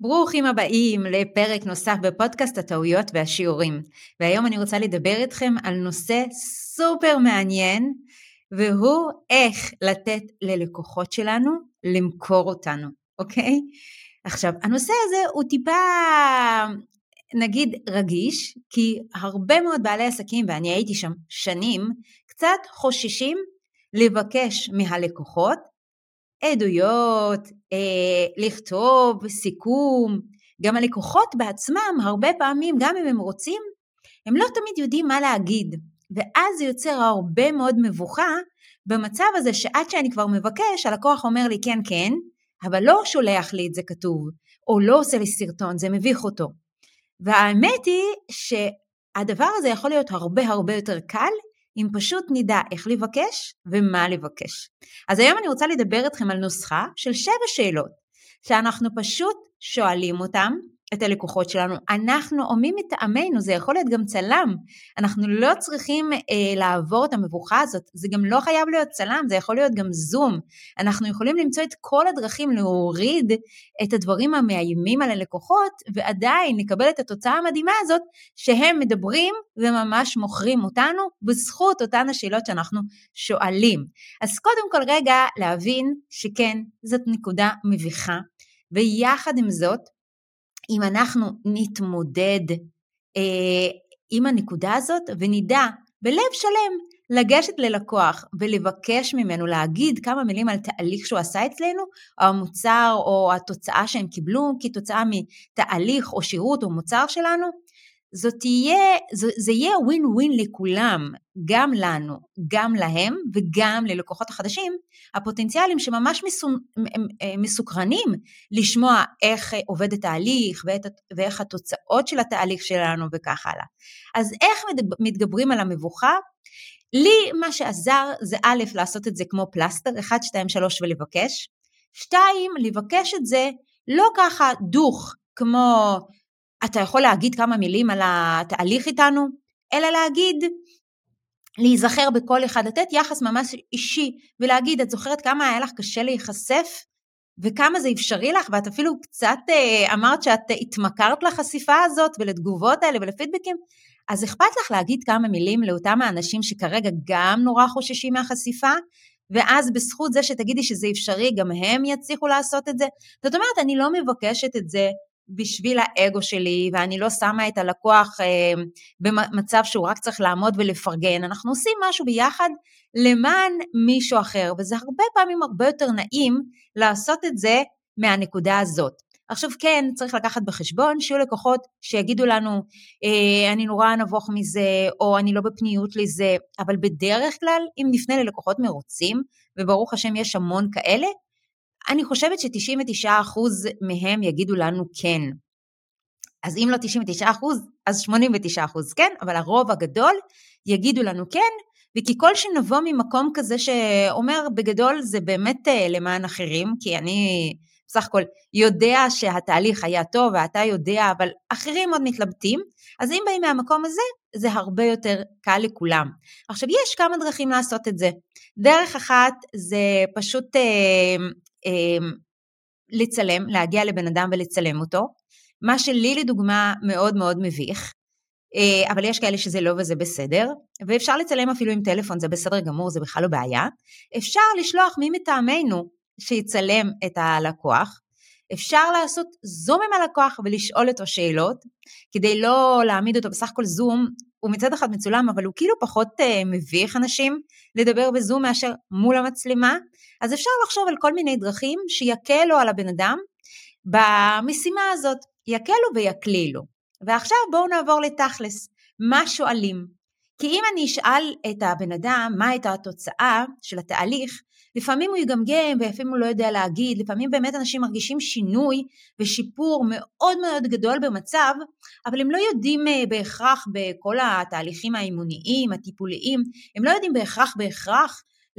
ברוכים הבאים לפרק נוסף בפודקאסט הטעויות והשיעורים. והיום אני רוצה לדבר איתכם על נושא סופר מעניין, והוא איך לתת ללקוחות שלנו למכור אותנו, אוקיי? עכשיו, הנושא הזה הוא טיפה, נגיד, רגיש, כי הרבה מאוד בעלי עסקים, ואני הייתי שם שנים, קצת חוששים לבקש מהלקוחות, עדויות, לכתוב, סיכום. גם הלקוחות בעצמם הרבה פעמים, גם אם הם רוצים, הם לא תמיד יודעים מה להגיד, ואז זה יוצר הרבה מאוד מבוכה במצב הזה שעד שאני כבר מבקש, הלקוח אומר לי כן כן, אבל לא שולח לי את זה כתוב, או לא עושה לי סרטון, זה מביך אותו. והאמת היא שהדבר הזה יכול להיות הרבה יותר קל, אם פשוט נדע איך לבקש ומה לבקש. אז היום אני רוצה לדבר איתכם על נוסחה של 7 שאלות, שאנחנו פשוט שואלים אותם, את הלקוחות שלנו, אנחנו עומים מטעמנו, זה יכול להיות גם צלם, אנחנו לא צריכים לעבור את המבוכה הזאת, זה גם לא חייב להיות צלם, זה יכול להיות גם זום, אנחנו יכולים למצוא את כל הדרכים להוריד את הדברים המאיימים על הלקוחות, ועדיין נקבל את התוצאה המדהימה הזאת, שהם מדברים וממש מוכרים אותנו, בזכות אותן השאלות שאנחנו שואלים. אז קודם כל רגע להבין שכן, זאת נקודה מביכה, ויחד עם זאת, אם אנחנו נתמודד עם הנקודה הזאת ונדע בלב שלם לגשת ללקוח ולבקש ממנו להגיד כמה מילים על תהליך שהוא עשה אצלנו, או המוצר או התוצאה שהם קיבלו כתוצאה מתהליך או שירות או מוצר שלנו, זה יהיה ווין ווין לכולם, גם לנו, גם להם וגם ללקוחות החדשים, הפוטנציאלים שממש מסוקרנים לשמוע איך עובד התהליך ואיך התוצאות של התהליך שלנו וכך הלאה. אז איך מתגברים על המבוכה? לי מה שעזר זה א', לעשות את זה כמו פלסטר, 1, 2, 3 ולבקש, 2, לבקש את זה לא ככה דוך כמו אתה יכול להגיד כמה מילים על התהליך איתנו, אלא להיזכר בכל אחד, לתת יחס ממש אישי, ולהגיד, את זוכרת כמה היה לך קשה להיחשף, וכמה זה אפשרי לך, ואת אפילו קצת אמרת שאת התמכרת לחשיפה הזאת, ולתגובות האלה ולפידבקים, אז אכפת לך להגיד כמה מילים לאותם האנשים שכרגע גם נורא חוששים מהחשיפה, ואז בזכות זה שתגידי שזה אפשרי, גם הם יצליחו לעשות את זה. זאת אומרת, אני לא מבקשת את זה, בשביל האגו שלי, ואני לא שמה את הלקוח במצב שהוא רק צריך לעמוד ולפרגן, אנחנו עושים משהו ביחד למען מישהו אחר, וזה הרבה פעמים הרבה יותר נעים לעשות את זה מהנקודה הזאת. עכשיו כן, צריך לקחת בחשבון שיהיו לקוחות שיגידו לנו, אני נורא נבוך מזה, או אני לא בפניות לזה, אבל בדרך כלל, אם נפנה ללקוחות מרוצים, וברוך השם יש המון כאלה, אני חושבת ש99% מהם יגידו לנו כן. אז אם לא 99%, אז 89%, כן? אבל הרוב הגדול יגידו לנו כן, וכי כל שנבוא ממקום כזה שאומר בגדול זה באמת למען אחרים, כי אני בסך הכל יודע שהתהליך היה טוב, ואתה יודע, אבל אחרים עוד מתלבטים, אז אם באים מהמקום הזה, זה הרבה יותר קל לכולם. עכשיו, יש כמה דרכים לעשות את זה. דרך אחת זה פשוט לצלם, להגיע לבן אדם ולצלם אותו, מה שלי לדוגמה מאוד מאוד מביך, אבל יש כאלה שזה לא וזה בסדר, ואפשר לצלם אפילו עם טלפון, זה בסדר גמור, זה בכלל לא בעיה, אפשר לשלוח מי מטעמנו שיצלם את הלקוח, אפשר לעשות זום עם הלקוח ולשאול אותו שאלות, כדי לא להעמיד אותו בסך הכל זום, הוא מצד אחד מצולם, אבל הוא כאילו פחות מביך אנשים לדבר בזום מאשר מול המצלמה, אז אפשר לחשוב על כל מיני דרכים שיקלו על הבן אדם במשימה הזאת, יקלו ויקלילו. ועכשיו בואו נעבור לתכלס, מה שואלים? כי אם אני אשאל את הבן אדם מה הייתה התוצאה של התהליך, לפעמים הוא יגמגם ולפעמים הוא לא יודע להגיד, לפעמים באמת אנשים מרגישים שינוי ושיפור מאוד מאוד גדול במצב, אבל הם לא יודעים בהכרח בכל התהליכים האימוניים, הטיפוליים, הם לא יודעים בהכרח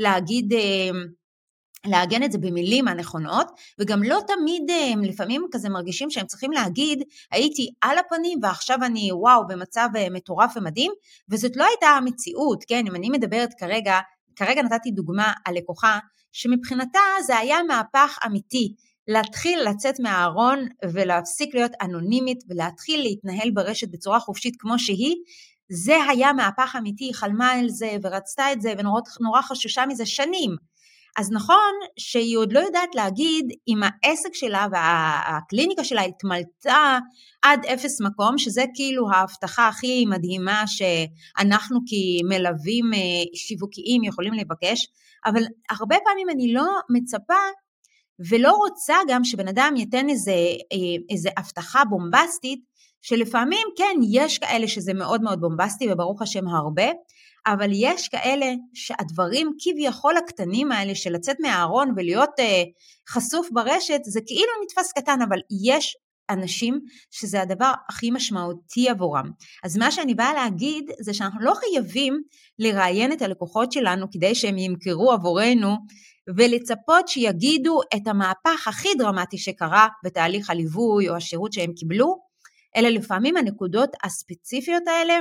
להגן את זה במילים הנכונות, וגם לא תמיד הם לפעמים כזה מרגישים שהם צריכים להגיד, הייתי על הפנים ועכשיו אני וואו במצב מטורף ומדהים, וזאת לא הייתה המציאות, כן, אם אני מדברת כרגע נתתי דוגמה על לקוחה, שמבחינתה זה היה מהפך אמיתי, להתחיל לצאת מהארון ולהפסיק להיות אנונימית ולהתחיל להתנהל ברשת בצורה חופשית כמו שהיא, זה היה מהפך אמיתי, היא חלמה על זה ורצתה את זה ונורא חשושה מזה שנים. אז נכון שהיא עוד לא יודעת להגיד אם העסק שלה והקליניקה שלה התמלתה עד אפס מקום, שזה כאילו ההבטחה הכי מדהימה שאנחנו כמלווים שיווקיים יכולים לבקש, אבל הרבה פעמים אני לא מצפה ולא רוצה גם שבן אדם ייתן איזה הבטחה בומבסטית, שלפעמים כן יש כאלה שזה מאוד מאוד בומבסטי וברוך השם הרבה, אבל יש כאלה שהדברים כביכול הקטנים האלה של לצאת מהארון ולהיות חשוף ברשת, זה כאילו נתפס קטן, אבל יש אנשים שזה הדבר הכי משמעותי עבורם. אז מה שאני באה להגיד זה שאנחנו לא חייבים לראיין את הלקוחות שלנו כדי שהם ימכרו עבורנו, ולצפות שיגידו את המהפך הכי דרמטי שקרה בתהליך הליווי או השירות שהם קיבלו, אלא לפעמים הנקודות הספציפיות האלה,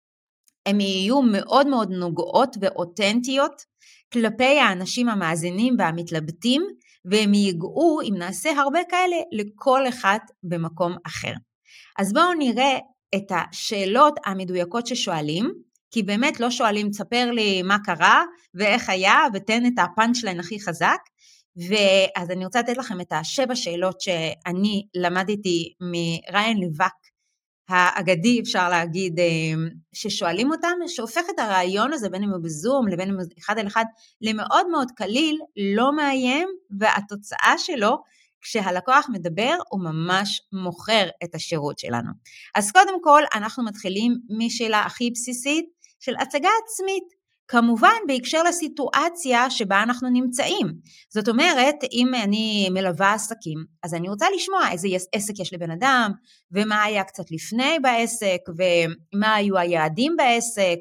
הן יהיו מאוד מאוד נוגעות ואותנטיות כלפי האנשים המאזינים והמתלבטים, והם ייגעו, אם נעשה הרבה כאלה, לכל אחד במקום אחר. אז בואו נראה את השאלות המדויקות ששואלים, כי באמת לא שואלים, תספר לי מה קרה ואיך היה, ותן את הפאנצ'ליין הכי חזק, ואז אני רוצה לתת לכם את 7 שאלות שאני למדתי מריין לבק, האגדי אפשר להגיד, ששואלים אותם, שהופך את הרעיון הזה בין אם הוא בזום לבין אם הוא אחד על אחד, למאוד מאוד קליל, לא מאיים, והתוצאה שלו, כשהלקוח מדבר, הוא ממש מוכר את השירות שלנו. אז קודם כל, אנחנו מתחילים משאלה הכי בסיסית, של הצגה עצמית, כמובן בהקשר לסיטואציה שבה אנחנו נמצאים. זאת אומרת, אם אני מלווה עסקים, אז אני רוצה לשמוע איזה עסק יש לבן אדם, ומה היה קצת לפני בעסק, ומה היו היעדים בעסק,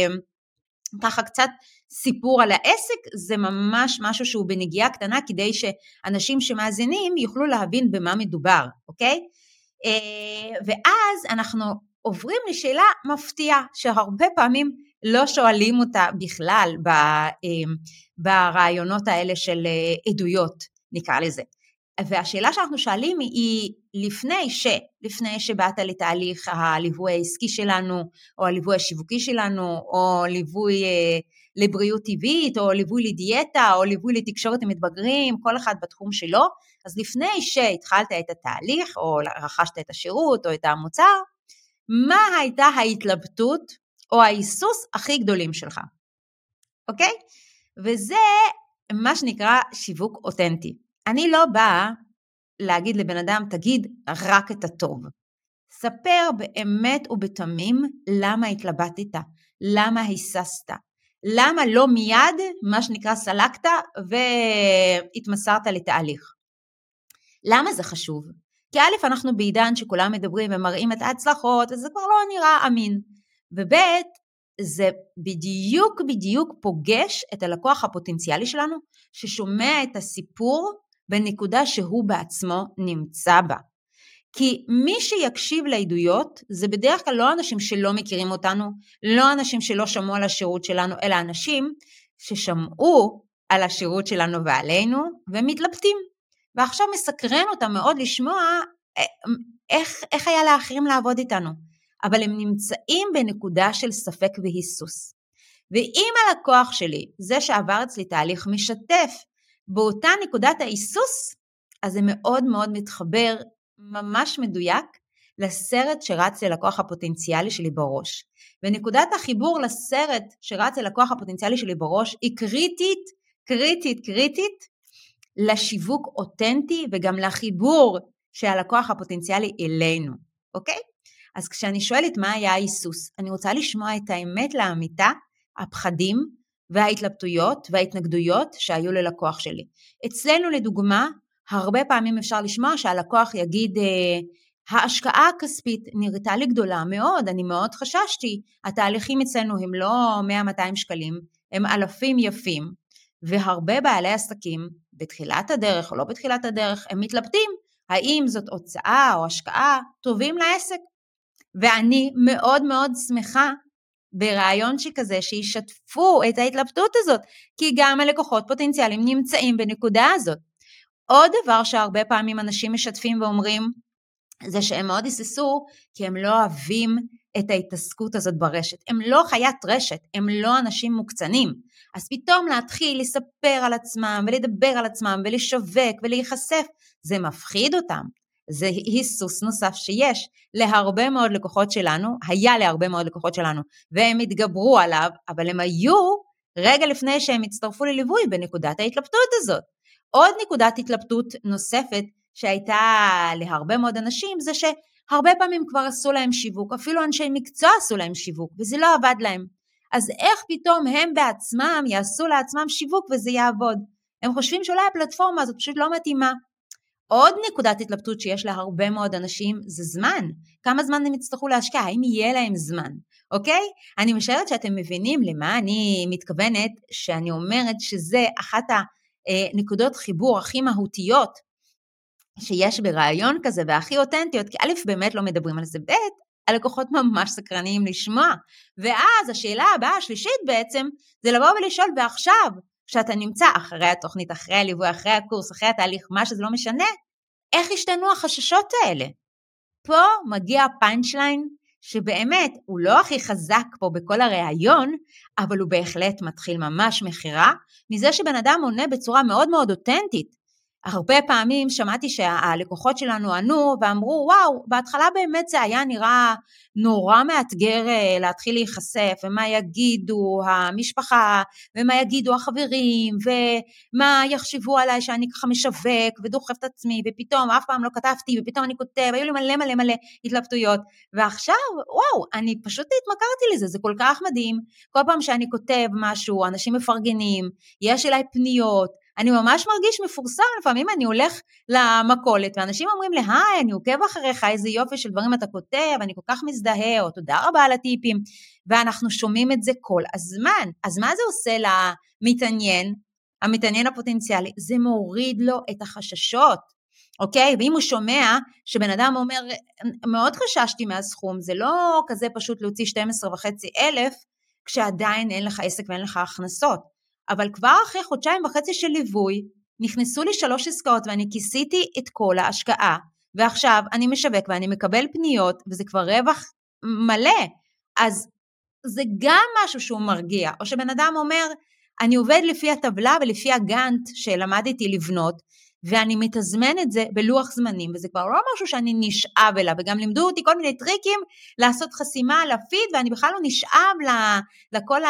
וככה קצת סיפור על העסק, זה ממש משהו שהוא בנגיעה קטנה, כדי שאנשים שמאזינים יוכלו להבין במה מדובר, אוקיי? ואז אנחנו עוברים לשאלה מפתיעה, שהרבה פעמים לא שואלים אותה בכלל ברעיונות האלה של עדויות, נקרא לזה. והשאלה שאנחנו שואלים היא לפני שבאת לתהליך הליווי העסקי שלנו, או הליווי השיווקי שלנו, או ליווי לבריאות טבעית, או ליווי לדיאטה, או ליווי לתקשורת עם מתבגרים, כל אחד בתחום שלו. אז לפני שהתחלת את התהליך, או רכשת את השירות, או את המוצר, מה הייתה ההתלבטות, או ההיסוס הכי גדולים שלך? אוקיי? וזה מה שנקרא שיווק אותנטי. אני לא באה להגיד לבן אדם, תגיד רק את הטוב. ספר באמת ובתמים למה התלבטת, למה היססת, למה לא מיד, מה שנקרא סלקת והתמסרת לתהליך. למה זה חשוב? כי א', אנחנו בעידן שכולם מדברים ומראים את ההצלחות, וזה כבר לא נראה אמין. וב', זה בדיוק פוגש את הלקוח הפוטנציאלי שלנו, ששומע את הסיפור בנקודה שהוא בעצמו נמצא בה. כי מי שיקשיב לעדויות, זה בדרך כלל לא אנשים שלא מכירים אותנו, לא אנשים שלא שמעו על השירות שלנו, אלא אנשים ששמעו על השירות שלנו ועלינו, ומתלבטים. ועכשיו מסקרן אותם מאוד לשמוע איך היה לאחרים לעבוד איתנו. אבל הם נמצאים בנקודה של ספק והיסוס. ואם הלקוח שלי, זה שעבר אצלי תהליך, משתף באותה נקודת ההיסוס, אז זה מאוד מאוד מתחבר ממש מדויק לסרט שרץ ללקוח הפוטנציאלי שלי בראש. ונקודת החיבור לסרט שרץ ללקוח הפוטנציאלי שלי בראש היא קריטית לשיווק אותנטי וגם לחיבור שהלקוח הפוטנציאלי אלינו, אוקיי? אז כשאני שואלת מה היה ההיסוס, אני רוצה לשמוע את האמת לאמיתה, הפחדים וההתלבטויות וההתנגדויות שהיו ללקוח שלי. אצלנו לדוגמה, הרבה פעמים אפשר לשמוע שהלקוח יגיד, ההשקעה הכספית נראתה לי גדולה מאוד, אני מאוד חששתי, התהליכים אצלנו הם לא 100-200 שקלים, הם אלפים יפים, והרבה בעלי עסקים בתחילת הדרך או לא בתחילת הדרך, הם מתלבטים, האם זאת הוצאה או השקעה טובים לעסק. ואני מאוד מאוד שמחה ברעיון שכזה שישתפו את ההתלבטות הזאת, כי גם הלקוחות פוטנציאליים נמצאים בנקודה הזאת. עוד דבר שהרבה פעמים אנשים משתפים ואומרים, זה שהם מאוד היססו, כי הם לא אוהבים את ההתעסקות הזאת ברשת. הם לא חיית רשת, הם לא אנשים מוקצנים. אז פתאום להתחיל לספר על עצמם, ולדבר על עצמם, ולשווק, ולהיחשף, זה מפחיד אותם. זה היסוס נוסף שיש להרבה מאוד לקוחות שלנו, היה להרבה מאוד לקוחות שלנו, והם התגברו עליו, אבל הם היו רגע לפני שהם הצטרפו לליווי בנקודת ההתלבטות הזאת. עוד נקודת התלבטות נוספת שהייתה להרבה מאוד אנשים, זה שהרבה פעמים כבר עשו להם שיווק, אפילו אנשי מקצוע עשו להם שיווק, וזה לא עבד להם. אז איך פתאום הם בעצמם יעשו לעצמם שיווק וזה יעבוד? הם חושבים שאולי הפלטפורמה הזאת פשוט לא מתאימה. עוד נקודת התלבטות שיש להרבה מאוד אנשים זה זמן. כמה זמן הם יצטרכו להשקיע? האם יהיה להם זמן? אוקיי? אני משערת שאתם מבינים למה אני מתכוונת, שאני אומרת שזה אחת הנקודות חיבור הכי מהותיות שיש ברעיון כזה והכי אותנטיות, כי א' באמת לא מדברים על זה, ב' הלקוחות ממש סקרניים לשמוע, ואז השאלה הבאה השלישית בעצם זה לבוא ולשאול ועכשיו, כשאתה נמצא אחרי התוכנית, אחרי הליווי, אחרי הקורס, אחרי התהליך, מה שזה לא משנה, איך השתנו החששות האלה? פה מגיע הפאנצ'ליין, שבאמת הוא לא הכי חזק פה בכל הרעיון, אבל הוא בהחלט מתחיל ממש מחירה, מזה שבן אדם עונה בצורה מאוד מאוד אותנטית. הרבה פעמים שמעתי שהלקוחות שלנו ענו ואמרו, וואו, בהתחלה באמת זה היה נראה נורא מאתגר להתחיל להיחשף, ומה יגידו המשפחה, ומה יגידו החברים, ומה יחשבו עליי שאני ככה משווק ודוחף את עצמי, ופתאום אף פעם לא כתבתי, ופתאום אני כותב, היו לי מלא מלא מלא התלבטויות, ועכשיו, וואו, אני פשוט התמכרתי לזה, זה כל כך מדהים, כל פעם שאני כותב משהו, אנשים מפרגנים, יש אליי פניות, אני ממש מרגיש מפורסם, לפעמים אני הולך למקולת, ואנשים אומרים לי, היי, אני עוקב אחריך, איזה יופי של דברים אתה כותב, אני כל כך מזדהה, או תודה רבה על הטיפים, ואנחנו שומעים את זה כל הזמן. אז מה זה עושה למתעניין, המתעניין הפוטנציאלי? זה מוריד לו את החששות, אוקיי? ואם הוא שומע שבן אדם אומר, מאוד חששתי מהסכום, זה לא כזה פשוט להוציא 12,500, כשעדיין אין לך עסק ואין לך הכנסות. אבל כבר אחרי 1.5 חודשים של ליווי, נכנסו לי 3 עסקאות, ואני כיסיתי את כל ההשקעה, ועכשיו אני משווק ואני מקבל פניות, וזה כבר רווח מלא, אז זה גם משהו שהוא מרגיע, או שבן אדם אומר, אני עובד לפי הטבלה ולפי הגאנט שלמדתי לבנות, ואני מתזמן את זה בלוח זמנים, וזה כבר לא משהו שאני נשאב אליו, וגם לימדו אותי כל מיני טריקים, לעשות חסימה על הפיד, ואני בכלל לא נשאב לכל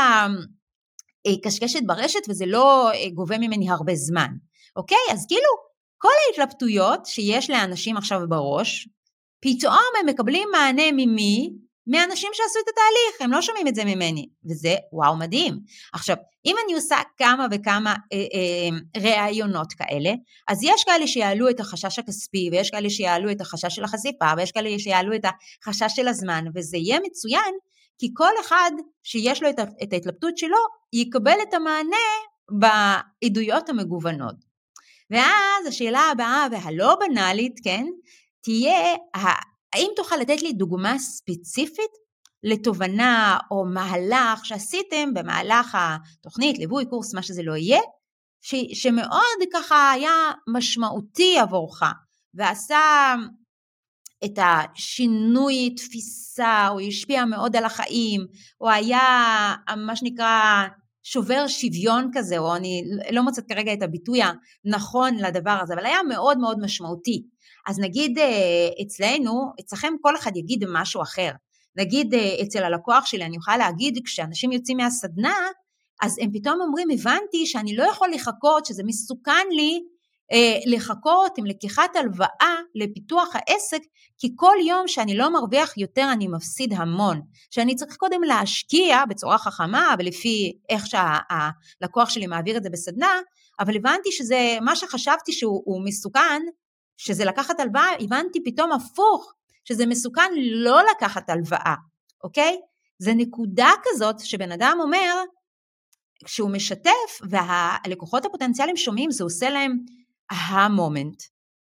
קשקשת ברשת, וזה לא גובה ממני הרבה זמן, אוקיי? אז כאילו, כל ההתלבטויות שיש לאנשים עכשיו בראש, פתאום הם מקבלים מענה ממי? מאנשים שעשו את התהליך, הם לא שומעים את זה ממני, וזה וואו מדהים. עכשיו, אם אני עושה כמה וכמה ראיונות כאלה, אז יש כאלה שיעלו את החשש הכספי, ויש כאלה שיעלו את החשש של החשיפה, ויש כאלה שיעלו את החשש של הזמן, וזה יהיה מצוין, כי כל אחד שיש לו את ההתלבטות שלו, יקבל את המענה בעדויות המגוונות. ואז השאלה הבאה והלא בנאלית, כן, תהיה, האם תוכל לתת לי דוגמה ספציפית לתובנה או מהלך שעשיתם במהלך התוכנית, ליווי, קורס, מה שזה לא יהיה, שמאוד ככה היה משמעותי עבורך, ועשה את השינוי תפיסה, הוא השפיע מאוד על החיים, הוא היה מה שנקרא שובר שוויון כזה, או אני לא מוצאת כרגע את הביטוי הנכון לדבר הזה, אבל היה מאוד מאוד משמעותי. אז נגיד אצלכם כל אחד יגיד משהו אחר, נגיד אצל הלקוח שלי אני אוכל להגיד, כשאנשים יוצאים מהסדנה, אז הם פתאום אומרים, הבנתי שאני לא יכול לחכות, שזה מסוכן לי, לחכות עם לקיחת הלוואה לפיתוח העסק, כי כל יום שאני לא מרוויח יותר אני מפסיד המון, שאני צריך קודם להשקיע בצורה חכמה ולפי איך שהלקוח שלי מעביר את זה בסדנה, אבל הבנתי שזה מה שחשבתי שהוא מסוכן, שזה לקחת הלוואה, הבנתי פתאום הפוך, שזה מסוכן לא לקחת הלוואה, אוקיי? זה נקודה כזאת שבן אדם אומר, כשהוא משתף והלקוחות הפוטנציאליים שומעים, זה עושה להם המומנט,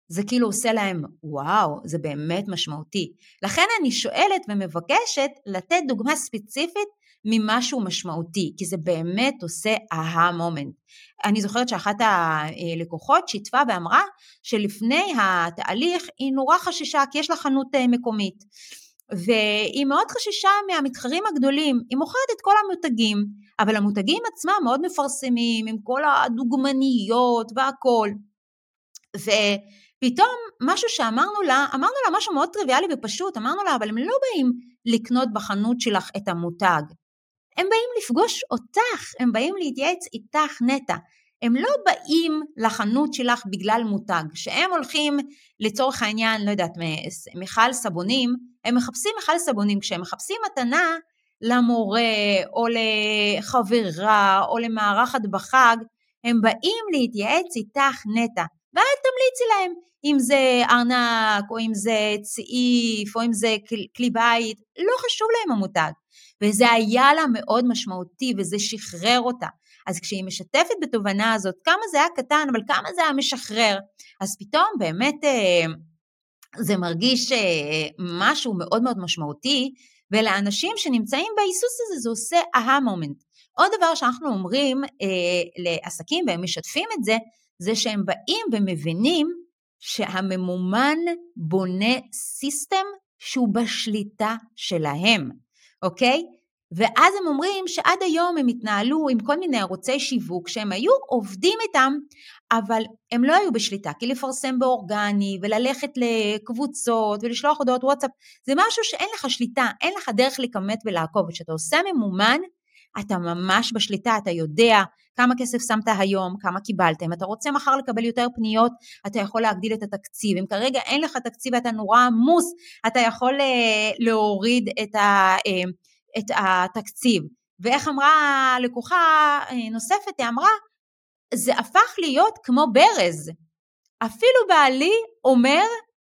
זה כאילו עושה להם, וואו, זה באמת משמעותי. לכן אני שואלת ומבקשת לתת דוגמה ספציפית ממשהו משמעותי, כי זה באמת עושה מומנט. אני זוכרת שאחת הלקוחות שיתפה ואמרה שלפני התהליך היא נורא חששה, כי יש לה חנות מקומית, והיא מאוד חששה מהמתחרים הגדולים, היא מוכרת את כל המותגים, אבל המותגים עצמם מאוד מפרסמים, עם כל הדוגמניות והכל, ופתאום משהו שאמרנו לה, משהו מאוד טריוויאלי ופשוט, אמרנו לה, אבל הם לא באים לקנות בחנות שלך את המותג, הם באים לפגוש אותך, הם באים להתייעץ איתך נטע, הם לא באים לחנות שלך בגלל מותג, שהם הולכים לצורך העניין, לא יודעת, מיכל סבונים, הם מחפשים מיכל סבונים, כשהם מחפשים מתנה למורה, או לחברה, או למערכת בחג, הם באים להתייעץ איתך נטע, ואת תמליצי להם, אם זה ארנק, או אם זה צעיף, או אם זה כלי בית, לא חשוב להם המותג, וזה היה לה מאוד משמעותי, וזה שחרר אותה, אז כשהיא משתפת בתובנה הזאת, כמה זה היה קטן, אבל כמה זה היה משחרר, אז פתאום באמת זה מרגיש משהו מאוד מאוד משמעותי, ולאנשים שנמצאים בהיסוס הזה, זה עושה מומנט. עוד דבר שאנחנו אומרים לעסקים, והם משתפים את זה, זה שהם באים ומבינים, שהממומן בונה סיסטם, שהוא בשליטה שלהם, אוקיי? ואז הם אומרים שעד היום הם התנהלו עם כל מיני ערוצי שיווק, שהם היו עובדים איתם, אבל הם לא היו בשליטה, כי לפרסם באורגני, וללכת לקבוצות, ולשלוח הודעות וואטסאפ, זה משהו שאין לך שליטה, אין לך דרך לקמת ולעקוב, כשאתה עושה ממומן, אתה ממש בשליטה, אתה יודע כמה כסף שמת היום, כמה קיבלתם, אתה רוצה מחר לקבל יותר פניות, אתה יכול להגדיל את התקציב, אם כרגע אין לך תקציב ואתה נורא עמוס, אתה יכול להוריד את התקציב. ואיך אמרה לקוחה נוספת, היא אמרה, זה הפך להיות כמו ברז, אפילו בעלי אומר,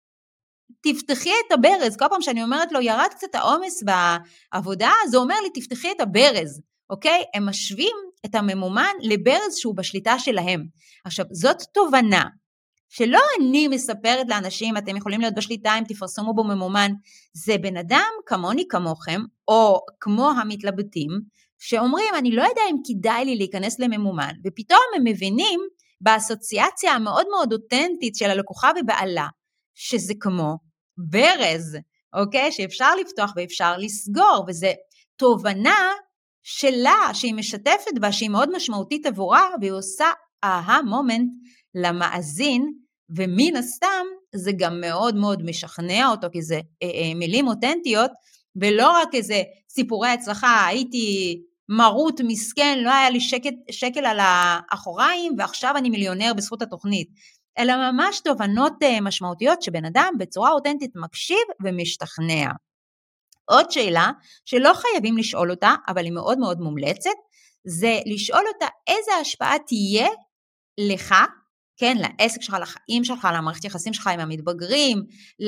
תפתחי את הברז, כל פעם שאני אומרת לו, ירד קצת העומס בעבודה, זה אומר לי, תפתחי את הברז, אוקיי? הם משווים את הממומן לברז שהוא בשליטה שלהם. עכשיו, זאת תובנה, שלא אני מספרת לאנשים, אתם יכולים להיות בשליטה אם תפרסמו בו ממומן, זה בן אדם כמוני כמוכם, או כמו המתלבטים, שאומרים, אני לא יודע אם כדאי לי להיכנס לממומן, ופתאום הם מבינים, באסוציאציה המאוד מאוד אותנטית של הלקוחה ובעלה, שזה כמו ברז, אוקיי? שאפשר לפתוח ואפשר לסגור, וזה תובנה שלה, שהיא משתפת בה, שהיא מאוד משמעותית עבורה, והיא עושה מומנט למאזין, ומן הסתם זה גם מאוד מאוד משכנע אותו, כי זה מילים אותנטיות, ולא רק איזה סיפורי הצלחה, הייתי מרות מסכן, לא היה לי שקל על האחוריים, ועכשיו אני מיליונר בזכות התוכנית, אלא ממש תובנות משמעותיות, שבן אדם בצורה אותנטית מקשיב ומשתכנע. עוד שאלה, שלא חייבים לשאול אותה, אבל היא מאוד מאוד מומלצת, זה לשאול אותה איזה השפעה תהיה לך, כן, לעסק שלך, לחיים שלך, למערכת יחסים שלך עם המתבגרים,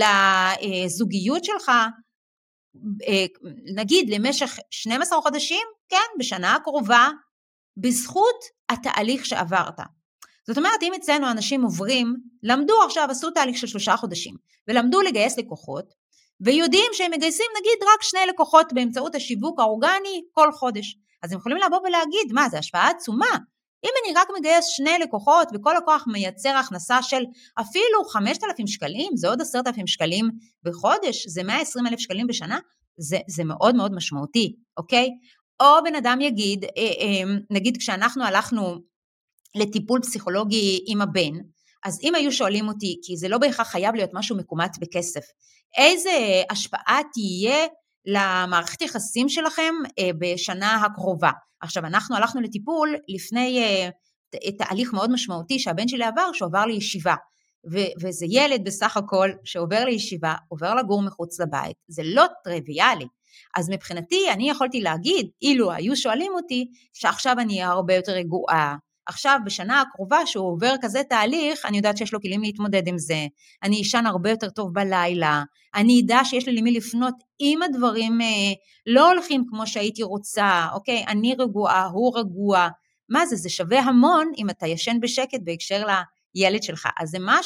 לזוגיות שלך, נגיד למשך 12 חודשים, כן, בשנה הקרובה, בזכות התהליך שעברת. זאת אומרת, אם אצלנו אנשים עוברים, למדו עכשיו, עשו תהליך של 3 חודשים, ולמדו לגייס לקוחות, ויודעים שהם מגייסים נגיד רק 2 לקוחות באמצעות השיווק האורגני כל חודש. אז הם יכולים לבוא ולהגיד, מה, זה השפעה עצומה? אם אני רק מגייס 2 לקוחות, וכל לקוח מייצר הכנסה של אפילו 5,000 שקלים, זה עוד 10,000 שקלים בחודש, זה 120,000 שקלים בשנה, זה מאוד מאוד משמעותי, אוקיי? או בן אדם יגיד, נגיד כשאנחנו הלכנו לטיפול פסיכולוגי עם הבן, אז אם היו שואלים אותי, כי זה לא בהכרח חייב להיות משהו מקומט בכסף, איזה השפעה תהיה למערכת יחסים שלכם בשנה הקרובה? עכשיו, אנחנו הלכנו לטיפול לפני תהליך מאוד משמעותי שהבן שלי עבר, שהוא עבר לישיבה, וזה ילד בסך הכל שעובר לישיבה, עובר לגור מחוץ לבית, זה לא טריוויאלי. אז מבחינתי אני יכולתי להגיד, אילו היו שואלים אותי, שעכשיו אני אהיה הרבה יותר רגועה, עכשיו בשנה הקרובה שהוא עובר כזה תהליך, אני יודעת שיש לו כלים להתמודד עם זה, אני ישן הרבה יותר טוב בלילה, אני ידע שיש לי למי לפנות, אם הדברים לא הולכים כמו שהייתי רוצה, אוקיי, אני רגועה, הוא רגוע, מה זה? זה שווה המון אם אתה ישן בשקט בהקשר לילד שלך, אז זה משהו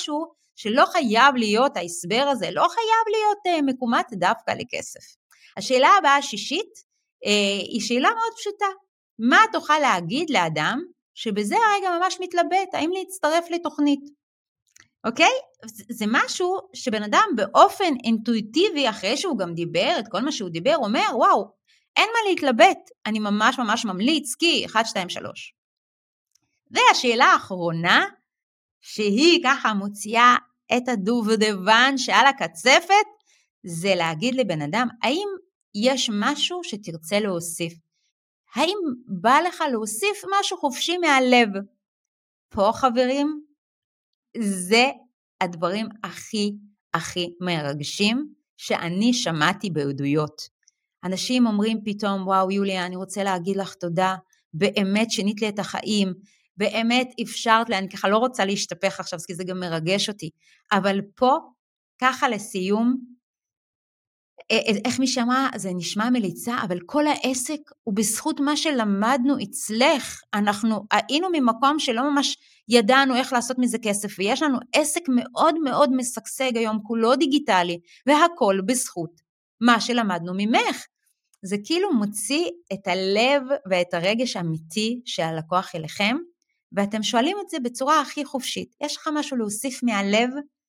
שלא חייב להיות ההסבר הזה, לא חייב להיות מקומת דווקא לכסף. השאלה הבאה השישית היא שאלה מאוד פשוטה. מה תוכל להגיד לאדם שבזה הרגע ממש מתלבט, האם להצטרף לתוכנית? אוקיי? זה משהו שבן אדם באופן אינטואיטיבי, אחרי שהוא גם דיבר את כל מה שהוא דיבר, אומר, וואו, אין מה להתלבט, אני ממש ממש ממליץ, כי 1, 2, 3. והשאלה האחרונה, שהיא ככה מוציאה את הדובדבן שעל הקצפת, זה להגיד לבן אדם, האם יש משהו שתרצה להוסיף? האם בא לך להוסיף משהו חופשי מהלב? פה חברים, זה הדברים הכי מרגשים שאני שמעתי בעדויות. אנשים אומרים פתאום, וואו יוליה, אני רוצה להגיד לך תודה, באמת שינית לי את החיים, באמת אפשרת לי, אני ככה לא רוצה להשתפך עכשיו, כי זה גם מרגש אותי, אבל פה, ככה לסיום, איך מי שמע, זה נשמע מליצה, אבל כל העסק הוא בזכות מה שלמדנו אצלך, אנחנו היינו ממקום שלא ממש ידענו איך לעשות מזה כסף, ויש לנו עסק מאוד מאוד משגשג היום, כולו דיגיטלי, והכל בזכות מה שלמדנו ממך. זה כאילו מוציא את הלב ואת הרגש האמיתי של הלקוח אליכם, ואתם שואלים את זה בצורה הכי חופשית. יש לך משהו להוסיף מהלב?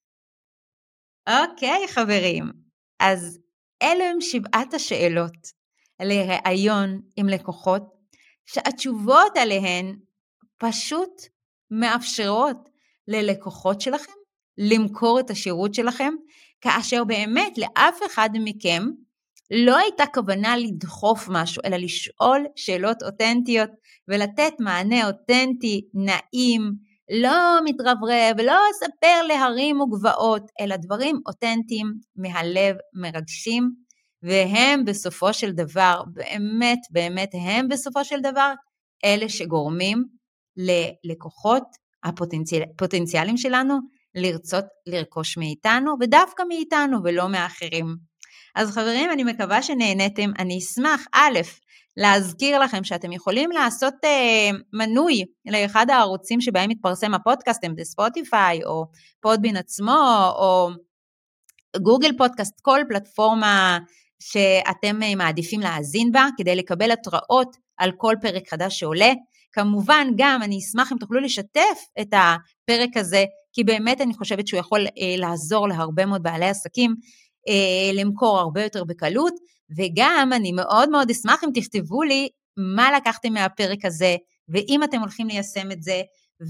אוקיי, חברים. אז אלו הם 7 השאלות לראיון עם לקוחות, שהתשובות עליהן פשוט מאפשרות ללקוחות שלכם למכור את השירות שלכם, כאשר באמת לאף אחד מכם לא הייתה כוונה לדחוף משהו, אלא לשאול שאלות אותנטיות, ולתת מענה אותנטי, נעים, לא מתרברב, ולא אספר להרים וגבעות, אלא דברים אותנטיים מהלב מרגשים, והם בסופו של דבר, באמת הם בסופו של דבר, אלה שגורמים ללקוחות הפוטנציאליים שלנו, לרצות לרכוש מאיתנו, ודווקא מאיתנו ולא מאחרים. אז חברים, אני מקווה שנהנתם, אני אשמח, להזכיר לכם שאתם יכולים לעשות מנוי לאחד הערוצים שבהם מתפרסם הפודקאסט, הם בספוטיפיי או פודבין עצמו או גוגל פודקאסט, כל פלטפורמה שאתם מעדיפים להאזין בה, כדי לקבל התראות על כל פרק חדש שעולה. כמובן גם אני אשמח אם תוכלו לשתף את הפרק הזה, כי באמת אני חושבת שהוא יכול לעזור להרבה מאוד בעלי עסקים, למכור הרבה יותר בקלות, וגם אני מאוד מאוד אשמח אם תכתבו לי מה לקחתם מהפרק הזה, ואם אתם הולכים ליישם את זה,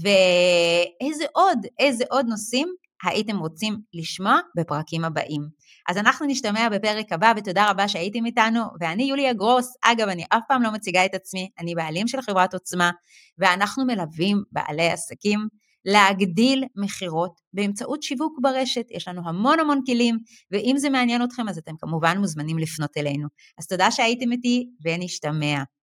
ואיזה עוד נושאים הייתם רוצים לשמוע בפרקים הבאים. אז אנחנו נשתמע בפרק הבא, ותודה רבה שהייתם איתנו, ואני יוליה גרוס, אגב אני אף פעם לא מציגה את עצמי, אני בעלים של חברת עוצמה, ואנחנו מלווים בעלי עסקים, להגדיל מחירות באמצעות שיווק ברשת. יש לנו המון כלים, ואם זה מעניין אתכם, אז אתם כמובן מוזמנים לפנות אלינו. אז תודה שהייתם איתי, ונשתמע.